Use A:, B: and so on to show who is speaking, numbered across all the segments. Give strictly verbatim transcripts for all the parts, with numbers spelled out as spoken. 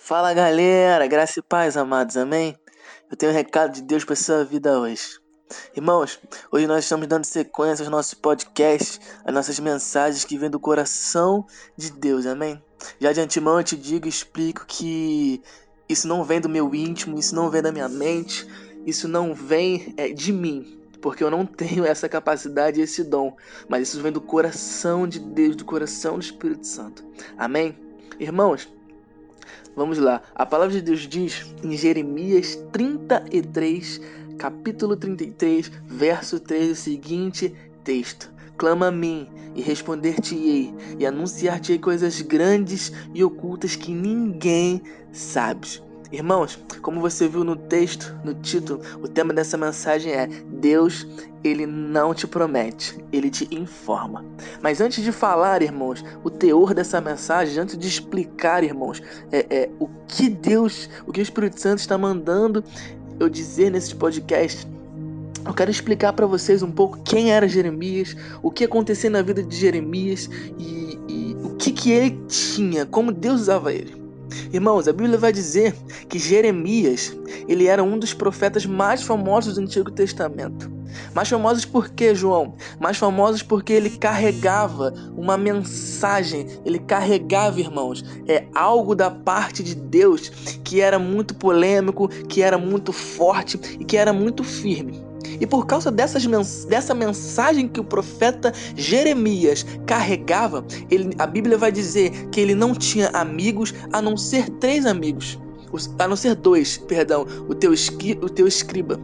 A: Fala galera, graça e paz, amados, amém? Eu tenho um recado de Deus para sua vida hoje. Irmãos, hoje nós estamos dando sequência aos nossos podcasts, às nossas mensagens que vêm do coração de Deus, amém? Já de antemão eu te digo e explico que isso não vem do meu íntimo, isso não vem da minha mente, isso não vem é, de mim, porque eu não tenho essa capacidade e esse dom, mas isso vem do coração de Deus, do coração do Espírito Santo, amém? Irmãos, vamos lá, a palavra de Deus diz em Jeremias trinta e três, capítulo trinta e três, verso três, o seguinte texto: clama a mim e responder-te-ei, e anunciar-te-ei coisas grandes e ocultas que ninguém sabe. Irmãos, como você viu no texto, no título, o tema dessa mensagem é: Deus, Ele não te promete, Ele te informa. Mas antes de falar, irmãos, o teor dessa mensagem, antes de explicar, irmãos, é, é, o que Deus, o que o Espírito Santo está mandando eu dizer nesse podcast, eu quero explicar para vocês um pouco quem era Jeremias, o que acontecia na vida de Jeremias e, e o que, que ele tinha, como Deus usava ele. Irmãos, a Bíblia vai dizer que Jeremias, ele era um dos profetas mais famosos do Antigo Testamento. Mais famosos por quê, João? Mais famosos porque ele carregava uma mensagem, ele carregava, irmãos, é algo da parte de Deus que era muito polêmico, que era muito forte e que era muito firme. E por causa dessas mens- dessa mensagem que o profeta Jeremias carregava, ele, a Bíblia vai dizer que ele não tinha amigos a não ser três amigos, os, a não ser dois, perdão, o teu, esqui, o teu escriba.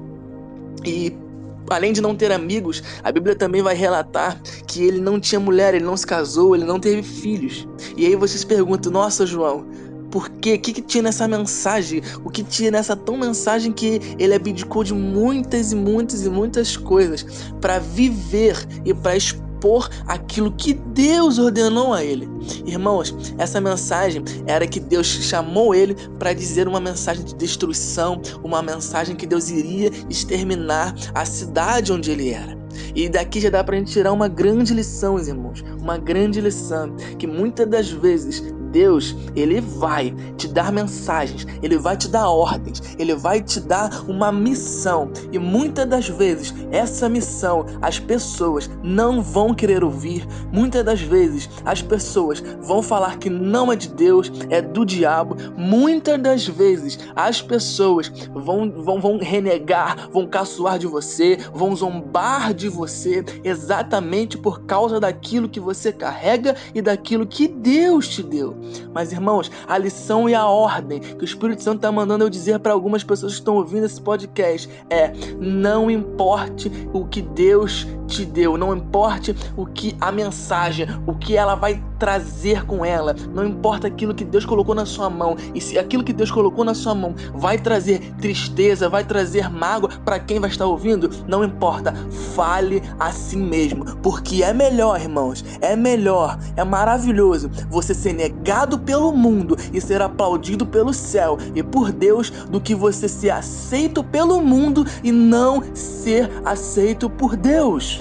A: E além de não ter amigos, a Bíblia também vai relatar que ele não tinha mulher, ele não se casou, ele não teve filhos. E aí você se pergunta: nossa, João, por quê? O que, que tinha nessa mensagem? O que tinha nessa tão mensagem que ele abdicou de muitas e muitas e muitas coisas para viver e para expor aquilo que Deus ordenou a ele? Irmãos, essa mensagem era que Deus chamou ele para dizer uma mensagem de destruição, uma mensagem que Deus iria exterminar a cidade onde ele era. E daqui já dá pra gente tirar uma grande lição, irmãos, uma grande lição, que muitas das vezes Deus, Ele vai te dar mensagens, Ele vai te dar ordens, Ele vai te dar uma missão. E muitas das vezes, essa missão, as pessoas não vão querer ouvir. Muitas das vezes, as pessoas vão falar que não é de Deus, é do diabo. Muitas das vezes, as pessoas vão, vão, vão renegar, vão caçoar de você, vão zombar de você, exatamente por causa daquilo que você carrega e daquilo que Deus te deu. Mas, irmãos, a lição e a ordem que o Espírito Santo está mandando eu dizer para algumas pessoas que estão ouvindo esse podcast é: não importe o que Deus te deu, não importe o que a mensagem, o que ela vai trazer com ela, não importa aquilo que Deus colocou na sua mão, e se aquilo que Deus colocou na sua mão vai trazer tristeza, vai trazer mágoa para quem vai estar ouvindo, não importa, fale assim mesmo, porque é melhor, irmãos, é melhor, é maravilhoso você ser negado pelo mundo e ser aplaudido pelo céu e por Deus, do que você ser aceito pelo mundo e não ser aceito por Deus.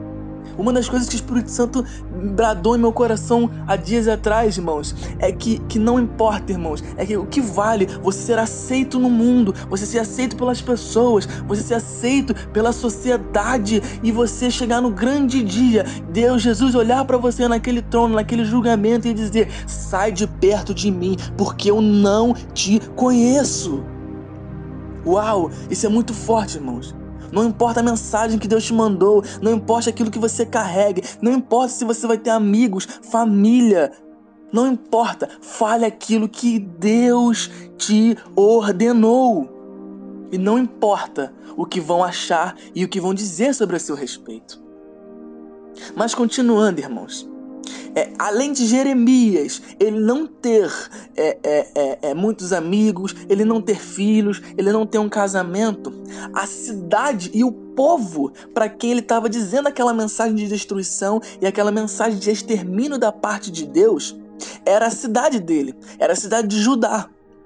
A: Uma das coisas que o Espírito Santo bradou em meu coração há dias atrás, irmãos, é que, que não importa, irmãos, é que o que vale você ser aceito no mundo, você ser aceito pelas pessoas, você ser aceito pela sociedade e você chegar no grande dia, Deus, Jesus, olhar para você naquele trono, naquele julgamento e dizer: sai de perto de mim, porque eu não te conheço. Uau, isso é muito forte, irmãos. Não importa a mensagem que Deus te mandou, não importa aquilo que você carregue, não importa se você vai ter amigos, família, não importa, fale aquilo que Deus te ordenou. E não importa o que vão achar e o que vão dizer sobre a seu respeito. Mas continuando, irmãos, É, além de Jeremias, ele não ter é, é, é, é, muitos amigos, ele não ter filhos, ele não ter um casamento, a cidade e o povo para quem ele estava dizendo aquela mensagem de destruição e aquela mensagem de extermínio da parte de Deus, era a cidade dele, era a cidade de Judá.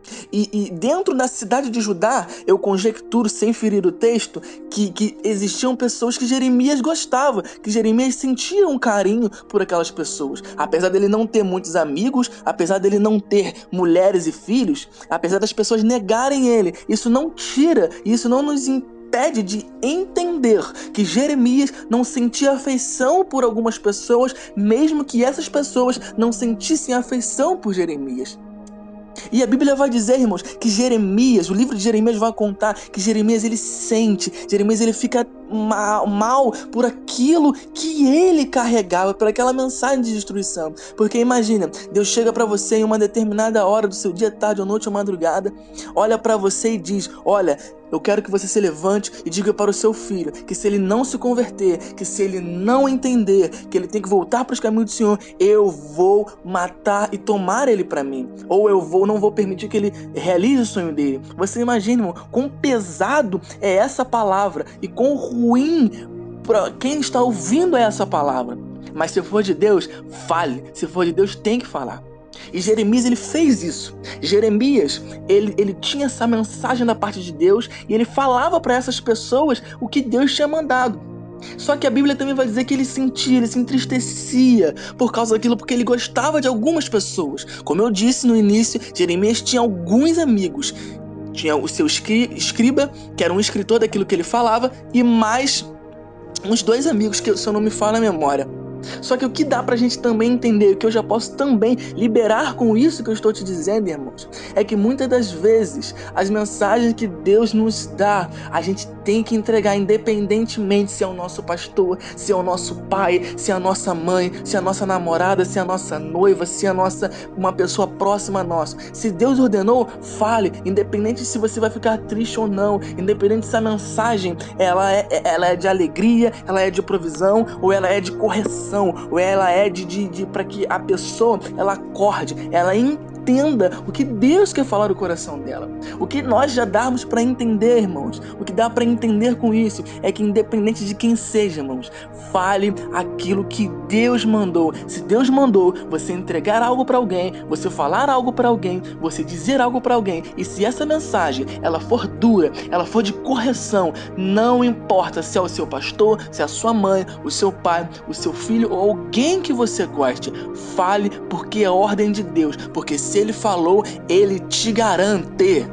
A: E, e dentro da cidade de Judá, eu conjecturo, sem ferir o texto, que, que existiam pessoas que Jeremias gostava, que Jeremias sentia um carinho por aquelas pessoas. Apesar dele não ter muitos amigos, apesar dele não ter mulheres e filhos, apesar das pessoas negarem ele, isso não tira, isso não nos impede de entender que Jeremias não sentia afeição por algumas pessoas, mesmo que essas pessoas não sentissem afeição por Jeremias. E a Bíblia vai dizer, irmãos, que Jeremias, o livro de Jeremias vai contar que Jeremias ele sente, Jeremias ele fica mal, mal por aquilo que ele carregava, por aquela mensagem de destruição. Porque imagina, Deus chega para você em uma determinada hora do seu dia, tarde ou noite ou madrugada, olha para você e diz, olha, eu quero que você se levante e diga para o seu filho que se ele não se converter, que se ele não entender, que ele tem que voltar para os caminhos do Senhor, eu vou matar e tomar ele para mim. Ou eu vou, não vou permitir que ele realize o sonho dele. Você imagina, irmão, quão pesado é essa palavra e quão ruim para quem está ouvindo essa palavra. Mas se for de Deus, fale. Se for de Deus, tem que falar. E Jeremias ele fez isso. Jeremias ele, ele tinha essa mensagem da parte de Deus e ele falava para essas pessoas o que Deus tinha mandado. Só que a Bíblia também vai dizer que ele sentia, ele se entristecia por causa daquilo, porque ele gostava de algumas pessoas. Como eu disse no início, Jeremias tinha alguns amigos. Tinha o seu escriba, que era um escritor daquilo que ele falava, e mais uns dois amigos, que se eu não me falha a memória. Só que o que dá pra gente também entender, o que eu já posso também liberar com isso que eu estou te dizendo, irmãos, é que muitas das vezes as mensagens que Deus nos dá, a gente tem que entregar independentemente se é o nosso pastor, se é o nosso pai, se é a nossa mãe, se é a nossa namorada, se é a nossa noiva, se é a nossa, uma pessoa próxima a nós. Se Deus ordenou, fale, independente se você vai ficar triste ou não, independente se a mensagem ela é, ela é de alegria, ela é de provisão ou ela é de correção, ou ela é de, de, de para que a pessoa ela acorde, ela entenda o que Deus quer falar no coração dela. O que nós já damos para entender, irmãos, o que dá para entender com isso é que independente de quem seja, irmãos, fale aquilo que Deus mandou. Se Deus mandou você entregar algo para alguém, você falar algo para alguém, você dizer algo para alguém, e se essa mensagem ela for dura, ela for de correção, não importa se é o seu pastor, se é a sua mãe, o seu pai, o seu filho ou alguém que você goste, fale, porque é ordem de Deus, porque se ele falou, ele te garante.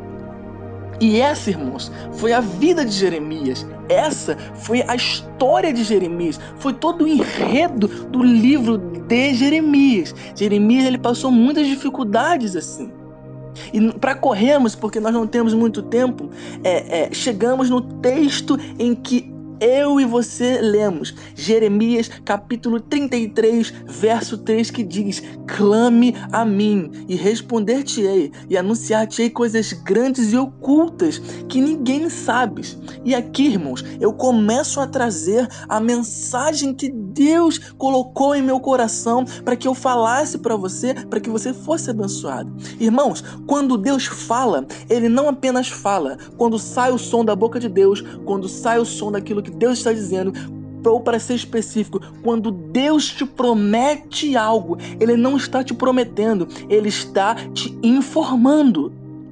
A: E essa, irmãos, foi a vida de Jeremias. Essa foi a história de Jeremias. Foi todo o enredo do livro de Jeremias. Jeremias ele passou muitas dificuldades assim. E para corrermos, porque nós não temos muito tempo, é, é, chegamos no texto em que eu e você lemos Jeremias capítulo trinta e três, verso três, que diz: clame a mim e responder-te-ei e anunciar-te-ei coisas grandes e ocultas que ninguém sabe. E aqui, irmãos, eu começo a trazer a mensagem que Deus colocou em meu coração para que eu falasse para você, para que você fosse abençoado. Irmãos, quando Deus fala, Ele não apenas fala. Quando sai o som da boca de Deus, quando sai o som daquilo que Deus está dizendo, ou para ser específico, quando Deus te promete algo, Ele não está te prometendo, Ele está te informando.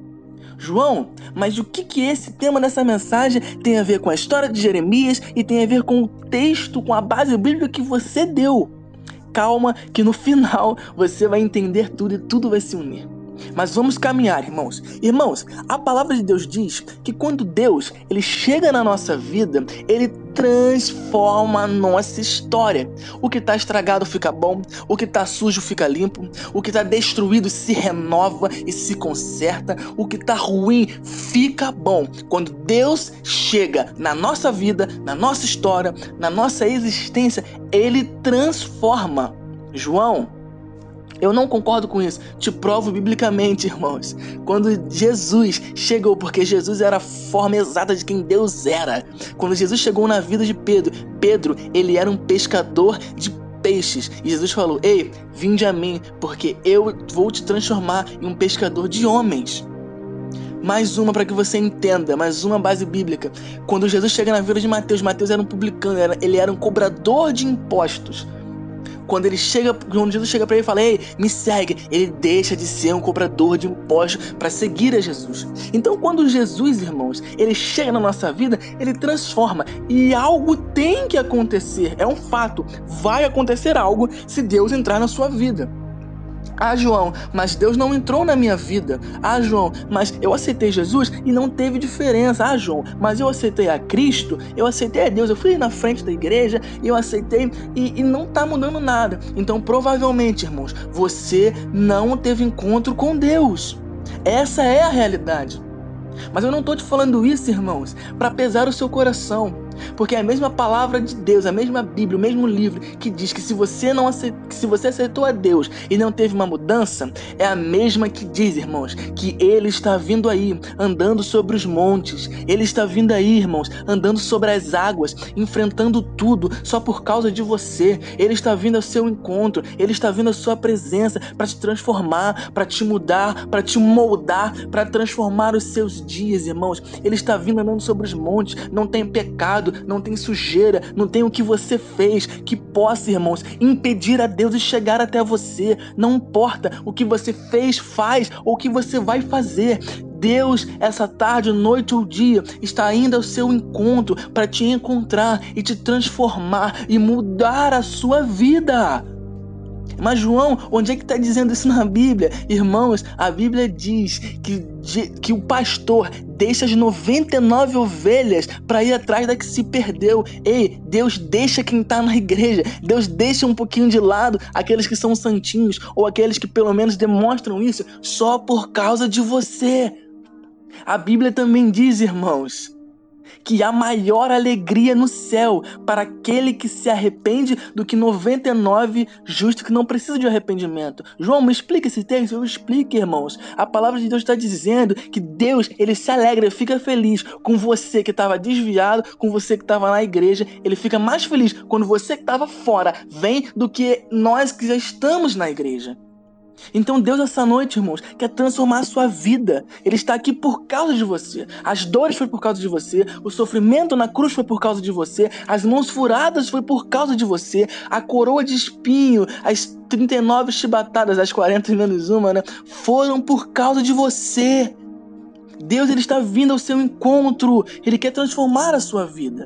A: João, mas o que que esse tema dessa mensagem tem a ver com a história de Jeremias e tem a ver com o texto, com a base bíblica que você deu? Calma, que no final você vai entender tudo e tudo vai se unir. Mas vamos caminhar, irmãos. Irmãos, a palavra de Deus diz que quando Deus ele chega na nossa vida, Ele transforma a nossa história. O que está estragado fica bom, o que está sujo fica limpo, o que está destruído se renova e se conserta, o que está ruim fica bom. Quando Deus chega na nossa vida, na nossa história, na nossa existência, Ele transforma. João, eu não concordo com isso. Te provo biblicamente, irmãos. Quando Jesus chegou, porque Jesus era a forma exata de quem Deus era. Quando Jesus chegou na vida de Pedro, Pedro, ele era um pescador de peixes. E Jesus falou: ei, vinde a mim, porque eu vou te transformar em um pescador de homens. Mais uma para que você entenda, mais uma base bíblica. Quando Jesus chega na vida de Mateus, Mateus era um publicano, ele era um cobrador de impostos. quando ele chega, quando Jesus chega para ele e fala, ei, me segue, ele deixa de ser um cobrador de impostos para seguir a Jesus. Então quando Jesus, irmãos, ele chega na nossa vida, ele transforma, e algo tem que acontecer, é um fato, vai acontecer algo se Deus entrar na sua vida. Ah, João, mas Deus não entrou na minha vida. Ah, João, mas eu aceitei Jesus e não teve diferença. Ah, João, mas eu aceitei a Cristo, eu aceitei a Deus, eu fui na frente da igreja e eu aceitei e, e não tá mudando nada. Então, provavelmente, irmãos, você não teve encontro com Deus. Essa é a realidade. Mas eu não estou te falando isso, irmãos, para pesar o seu coração, porque é a mesma palavra de Deus, a mesma Bíblia, o mesmo livro que diz que se você não aceitou, que se você aceitou a Deus e não teve uma mudança, é a mesma que diz, irmãos, que Ele está vindo aí, andando sobre os montes, Ele está vindo aí, irmãos, andando sobre as águas, enfrentando tudo só por causa de você. Ele está vindo ao seu encontro, Ele está vindo à sua presença para te transformar, para te mudar, para te moldar, para transformar os seus dias, irmãos. Ele está vindo andando sobre os montes, não tem pecado, não tem sujeira, não tem o que você fez que possa, irmãos, impedir a Deus de chegar até você. Não importa o que você fez, faz ou o que você vai fazer. Deus, essa tarde, noite ou dia, está indo ao seu encontro para te encontrar e te transformar e mudar a sua vida. Mas João, onde é que está dizendo isso na Bíblia? Irmãos, a Bíblia diz que, que o pastor deixa as noventa e nove ovelhas para ir atrás da que se perdeu. Ei, Deus deixa quem está na igreja, Deus deixa um pouquinho de lado aqueles que são santinhos ou aqueles que pelo menos demonstram isso só por causa de você. A Bíblia também diz, irmãos, que há maior alegria no céu para aquele que se arrepende do que noventa e nove justos que não precisam de arrependimento. João, me explica esse texto? Eu explico, irmãos. A palavra de Deus está dizendo que Deus, ele se alegra, fica feliz com você que estava desviado, com você que estava na igreja. Ele fica mais feliz quando você que estava fora vem do que nós que já estamos na igreja. Então Deus essa noite, irmãos, quer transformar a sua vida. Ele está aqui por causa de você. As dores foi por causa de você. O sofrimento na cruz foi por causa de você. As mãos furadas foi por causa de você. A coroa de espinho, as trinta e nove chibatadas, as quarenta menos uma, né, foram por causa de você. Deus, ele está vindo ao seu encontro. Ele quer transformar a sua vida.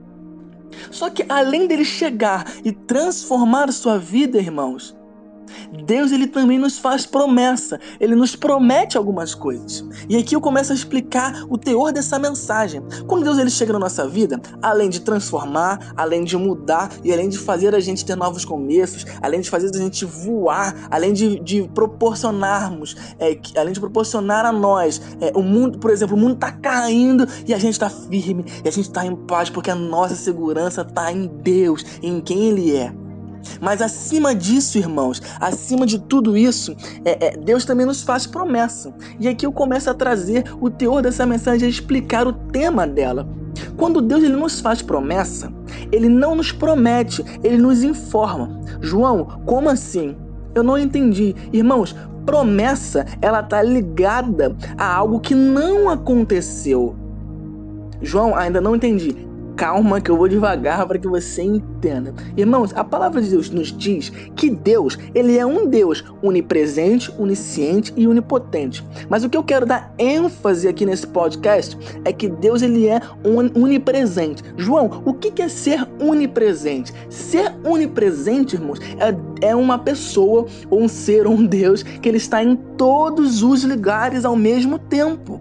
A: Só que além dele chegar e transformar a sua vida, irmãos, Deus, ele também nos faz promessa. Ele nos promete algumas coisas. E aqui eu começo a explicar o teor dessa mensagem. Quando Deus, ele chega na nossa vida, além de transformar, além de mudar e além de fazer a gente ter novos começos, além de fazer a gente voar, além de, de proporcionarmos, é, além de proporcionar a nós, é, o mundo, por exemplo, o mundo está caindo e a gente está firme, e a gente está em paz, porque a nossa segurança está em Deus, em quem Ele é. Mas acima disso, irmãos, acima de tudo isso, é, é, Deus também nos faz promessa. E aqui eu começo a trazer o teor dessa mensagem, a explicar o tema dela. Quando Deus, ele nos faz promessa, Ele não nos promete, Ele nos informa. João, como assim? Eu não entendi. Irmãos, promessa, ela está ligada a algo que não aconteceu. João, ainda não entendi. Calma que eu vou devagar para que você entenda. Irmãos, a palavra de Deus nos diz que Deus, ele é um Deus onipresente, onisciente e onipotente. Mas o que eu quero dar ênfase aqui nesse podcast é que Deus, ele é onipresente. João, o que é ser onipresente? Ser onipresente, irmãos, é, é uma pessoa ou um ser ou um Deus que ele está em todos os lugares ao mesmo tempo.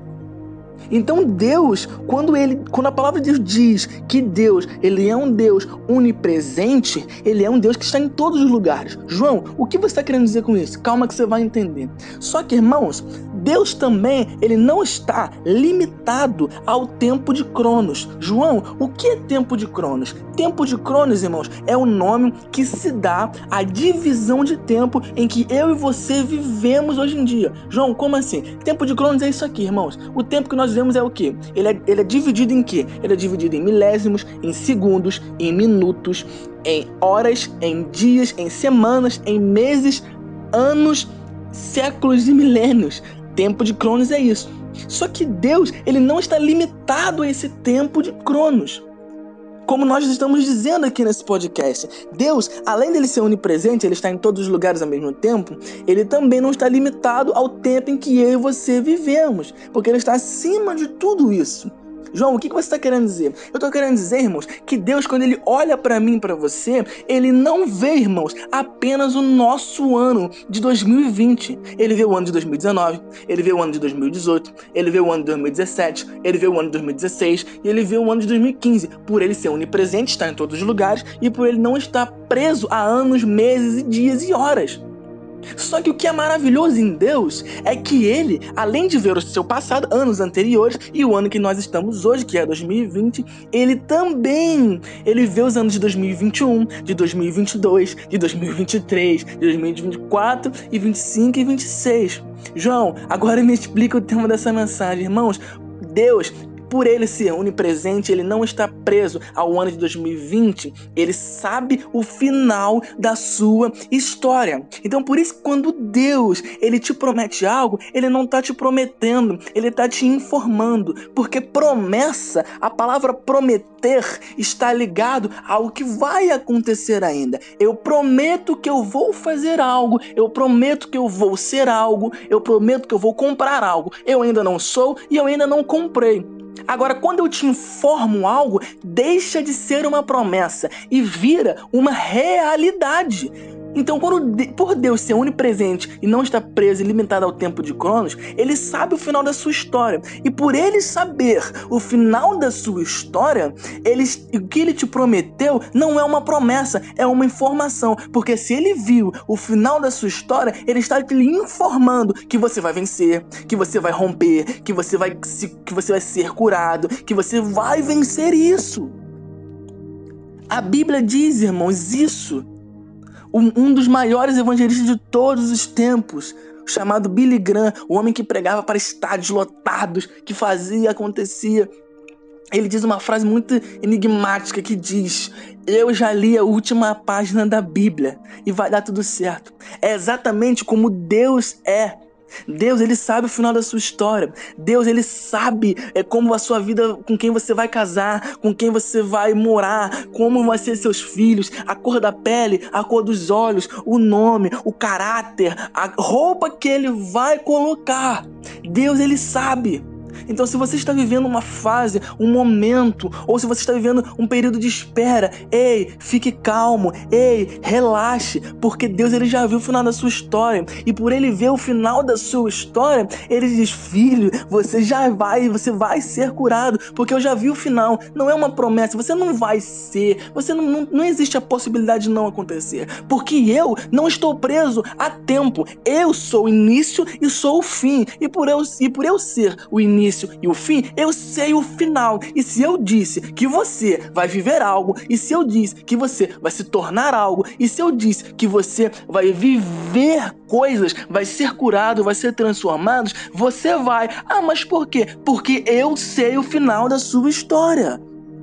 A: Então Deus, quando, ele, quando a palavra de Deus diz que Deus, ele é um Deus onipresente, ele é um Deus que está em todos os lugares. João, o que você está querendo dizer com isso? Calma que você vai entender. Só que, irmãos, Deus também, ele não está limitado ao tempo de Cronos. João, o que é tempo de Cronos? Tempo de Cronos, irmãos, é o nome que se dá à divisão de tempo em que eu e você vivemos hoje em dia. João, como assim? Tempo de Cronos é isso aqui, irmãos. O tempo que nós vemos é o quê? Ele é, ele é dividido em quê? Ele é dividido em milésimos, em segundos, em minutos, em horas, em dias, em semanas, em meses, anos, séculos e milênios. Tempo de Cronos é isso. Só que Deus, ele não está limitado a esse tempo de Cronos. Como nós estamos dizendo aqui nesse podcast, Deus, além dele ser onipresente, ele está em todos os lugares ao mesmo tempo, ele também não está limitado ao tempo em que eu e você vivemos, porque ele está acima de tudo isso. João, o que você está querendo dizer? Eu estou querendo dizer, irmãos, que Deus, quando ele olha para mim e para você, ele não vê, irmãos, apenas o nosso ano de dois mil e vinte. Ele vê o ano de dois mil e dezenove, ele vê o ano de dois mil e dezoito, ele vê o ano de dois mil e dezessete, ele vê o ano de dois mil e dezesseis e ele vê o ano de dois mil e quinze. Por ele ser onipresente, estar em todos os lugares e por ele não estar preso a anos, meses, dias e horas. Só que o que é maravilhoso em Deus é que ele, além de ver o seu passado, anos anteriores e o ano que nós estamos hoje, que é dois mil e vinte, ele também, ele vê os anos de dois mil e vinte e um, de dois mil e vinte e dois, de dois mil e vinte e três, de dois mil e vinte e quatro, e vinte e cinco e vinte e seis. João, agora me explica o tema dessa mensagem, irmãos. Deus, por ele ser onipresente, ele não está preso ao ano de dois mil e vinte, ele sabe o final da sua história. Então por isso que quando Deus, ele te promete algo, ele não está te prometendo, ele está te informando, porque promessa, a palavra prometer está ligado ao que vai acontecer ainda. Eu prometo que eu vou fazer algo, eu prometo que eu vou ser algo, eu prometo que eu vou comprar algo. Eu ainda não sou e eu ainda não comprei. Agora, quando eu te informo algo, deixa de ser uma promessa e vira uma realidade. Então, quando, por Deus ser onipresente e não estar preso e limitado ao tempo de Cronos, ele sabe o final da sua história. E por ele saber o final da sua história, ele, o que ele te prometeu não é uma promessa, é uma informação. Porque se ele viu o final da sua história, ele está te informando que você vai vencer, que você vai romper, que você vai, se, que você vai ser curado, que você vai vencer isso. A Bíblia diz, irmãos, isso. Um dos maiores evangelistas de todos os tempos, chamado Billy Graham, o homem que pregava para estádios lotados, que fazia, acontecia. Ele diz uma frase muito enigmática que diz: eu já li a última página da Bíblia e vai dar tudo certo. É exatamente como Deus é. Deus, ele sabe o final da sua história. Deus, ele sabe é, como a sua vida, com quem você vai casar, com quem você vai morar, como vão ser seus filhos, a cor da pele, a cor dos olhos, o nome, o caráter, a roupa que ele vai colocar. Deus, ele sabe. Então, se você está vivendo uma fase, um momento, ou se você está vivendo um período de espera, ei, fique calmo, ei, relaxe, porque Deus, ele já viu o final da sua história, e por ele ver o final da sua história, ele diz: filho, você já vai, você vai ser curado, porque eu já vi o final. Não é uma promessa, você não vai ser, você não, não, não existe a possibilidade de não acontecer, porque eu não estou preso a tempo, eu sou o início e sou o fim, e por eu, e por eu ser o início e o fim, eu sei o final. E se eu disse que você vai viver algo, e se eu disse que você vai se tornar algo, e se eu disse que você vai viver coisas, vai ser curado, vai ser transformado, você vai. Ah, mas por quê? Porque eu sei o final da sua história.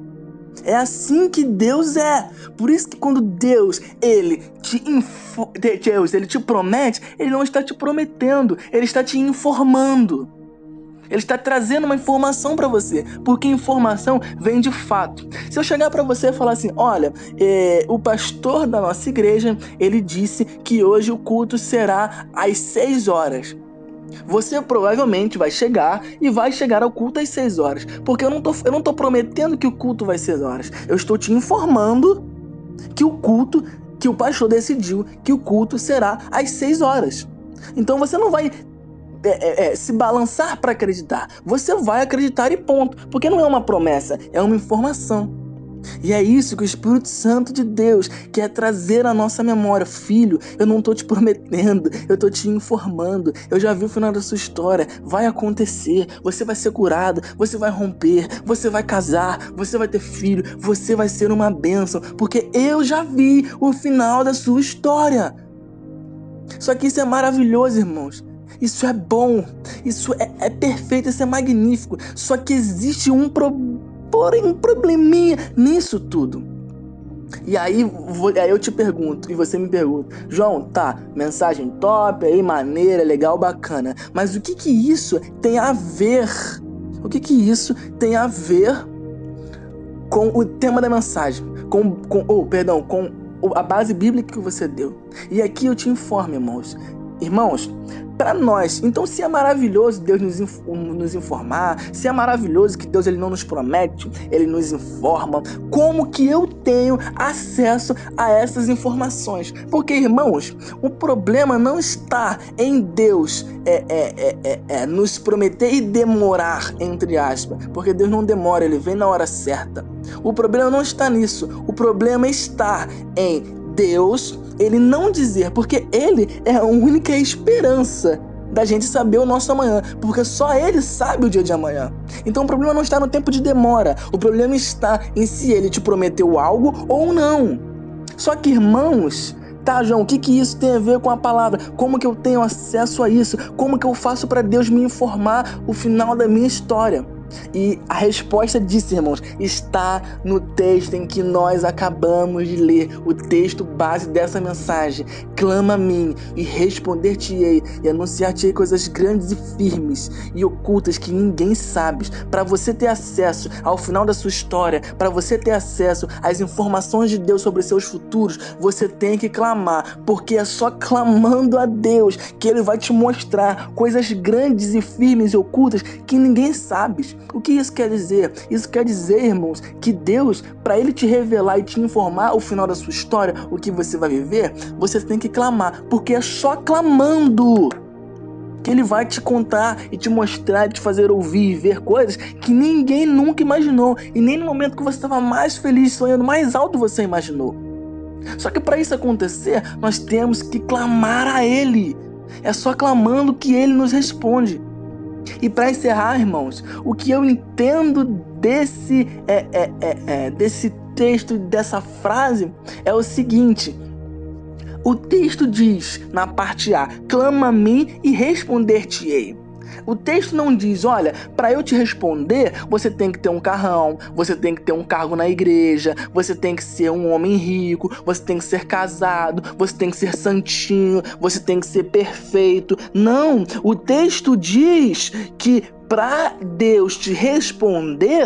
A: É assim que Deus é. Por isso que quando Deus, ele te info... Deus, ele te promete, ele não está te prometendo, ele está te informando. Ele está trazendo uma informação para você, porque informação vem de fato. Se eu chegar para você e falar assim: olha, é, o pastor da nossa igreja, ele disse que hoje o culto será às seis horas. Você provavelmente vai chegar e vai chegar ao culto às seis horas, porque eu não tô, eu não tô prometendo que o culto vai ser seis horas. Eu estou te informando que o culto, que o pastor decidiu que o culto será às seis horas. Então você não vai É, é, é, se balançar para acreditar. Você vai acreditar e ponto. Porque não é uma promessa, é uma informação. E é isso que o Espírito Santo de Deus quer trazer à nossa memória. Filho, eu não estou te prometendo, eu estou te informando. Eu já vi o final da sua história. Vai acontecer, você vai ser curado, você vai romper, você vai casar, você vai ter filho, você vai ser uma bênção, porque eu já vi o final da sua história. Só que isso é maravilhoso, irmãos. Isso é bom, isso é, é perfeito, isso é magnífico. Só que existe um, pro, porém, um probleminha nisso tudo. E aí, vou, aí eu te pergunto, e você me pergunta: João, tá, mensagem top, aí maneira, legal, bacana, mas o que que isso tem a ver? O que que isso tem a ver com o tema da mensagem, com, com oh, perdão, com a base bíblica que você deu. E aqui eu te informo, irmãos. Irmãos, para nós, então se é maravilhoso Deus nos, inf- nos informar, se é maravilhoso que Deus ele não nos promete, ele nos informa, como que eu tenho acesso a essas informações? Porque, irmãos, o problema não está em Deus é, é, é, é, é, nos prometer e demorar, entre aspas, porque Deus não demora, ele vem na hora certa. O problema não está nisso, o problema está em Deus, ele não dizer, porque ele é a única esperança da gente saber o nosso amanhã, porque só ele sabe o dia de amanhã. Então o problema não está no tempo de demora, o problema está em se ele te prometeu algo ou não. Só que, irmãos, tá, João, o que que isso tem a ver com a palavra? Como que eu tenho acesso a isso? Como que eu faço para Deus me informar o final da minha história? E a resposta disso, irmãos, está no texto em que nós acabamos de ler, o texto base dessa mensagem. Clama a mim e responder-te-ei e anunciar-te-ei coisas grandes e firmes e ocultas que ninguém sabe. Para você ter acesso ao final da sua história, para você ter acesso às informações de Deus sobre seus futuros, você tem que clamar, porque é só clamando a Deus que Ele vai te mostrar coisas grandes e firmes e ocultas que ninguém sabe. O que isso quer dizer? Isso quer dizer, irmãos, que Deus, para Ele te revelar e te informar o final da sua história, o que você vai viver, você tem que clamar, porque é só clamando que Ele vai te contar e te mostrar, te fazer ouvir e ver coisas que ninguém nunca imaginou, e nem no momento que você estava mais feliz, sonhando mais alto, você imaginou. Só que para isso acontecer, nós temos que clamar a Ele. É só clamando que Ele nos responde. E para encerrar, irmãos, o que eu entendo desse, é, é, é, é, desse texto, dessa frase, é o seguinte: o texto diz, na parte A, clama a mim e responder-te-ei. O texto não diz, olha, para eu te responder, você tem que ter um carrão, você tem que ter um cargo na igreja, você tem que ser um homem rico, você tem que ser casado, você tem que ser santinho, você tem que ser perfeito. Não, o texto diz que para Deus te responder,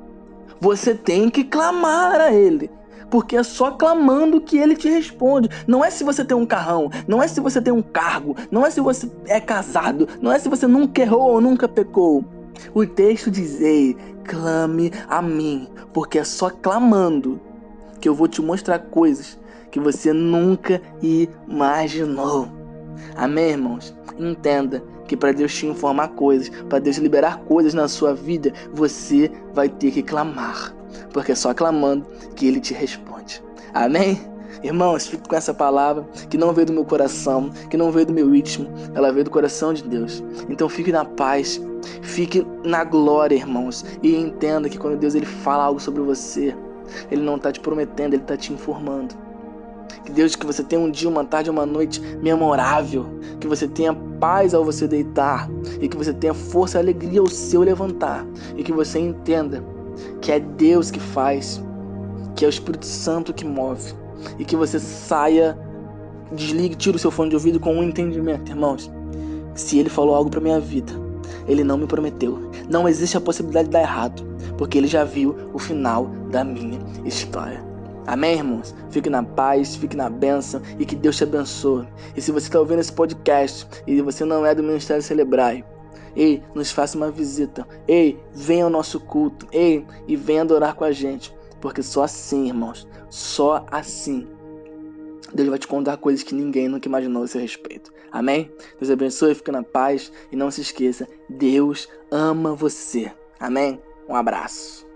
A: você tem que clamar a Ele. Porque é só clamando que Ele te responde. Não é se você tem um carrão, não é se você tem um cargo, não é se você é casado, não é se você nunca errou ou nunca pecou. O texto diz, ei, clame a mim, porque é só clamando que eu vou te mostrar coisas que você nunca imaginou. Amém, irmãos? Entenda que para Deus te informar coisas, para Deus liberar coisas na sua vida, você vai ter que clamar. Porque é só clamando que Ele te responde. Amém? Irmãos, fique com essa palavra que não veio do meu coração, que não veio do meu íntimo, ela veio do coração de Deus. Então fique na paz, fique na glória, irmãos, e entenda que quando Deus ele fala algo sobre você, Ele não está te prometendo, Ele está te informando. Que Deus, que você tenha um dia, uma tarde, uma noite memorável, que você tenha paz ao você deitar, e que você tenha força e alegria ao seu levantar, e que você entenda que é Deus que faz, que é o Espírito Santo que move, e que você saia, desligue, tire o seu fone de ouvido com um entendimento, irmãos. Se Ele falou algo para minha vida, Ele não me prometeu. Não existe a possibilidade de dar errado, porque Ele já viu o final da minha história. Amém, irmãos? Fique na paz, fique na bênção e que Deus te abençoe. E se você está ouvindo esse podcast e você não é do Ministério Celebrai, ei, nos faça uma visita. Ei, venha ao nosso culto. Ei, e venha adorar com a gente. Porque só assim, irmãos, só assim Deus vai te contar coisas que ninguém nunca imaginou a seu respeito. Amém? Deus abençoe, fique na paz. E não se esqueça, Deus ama você. Amém? Um abraço.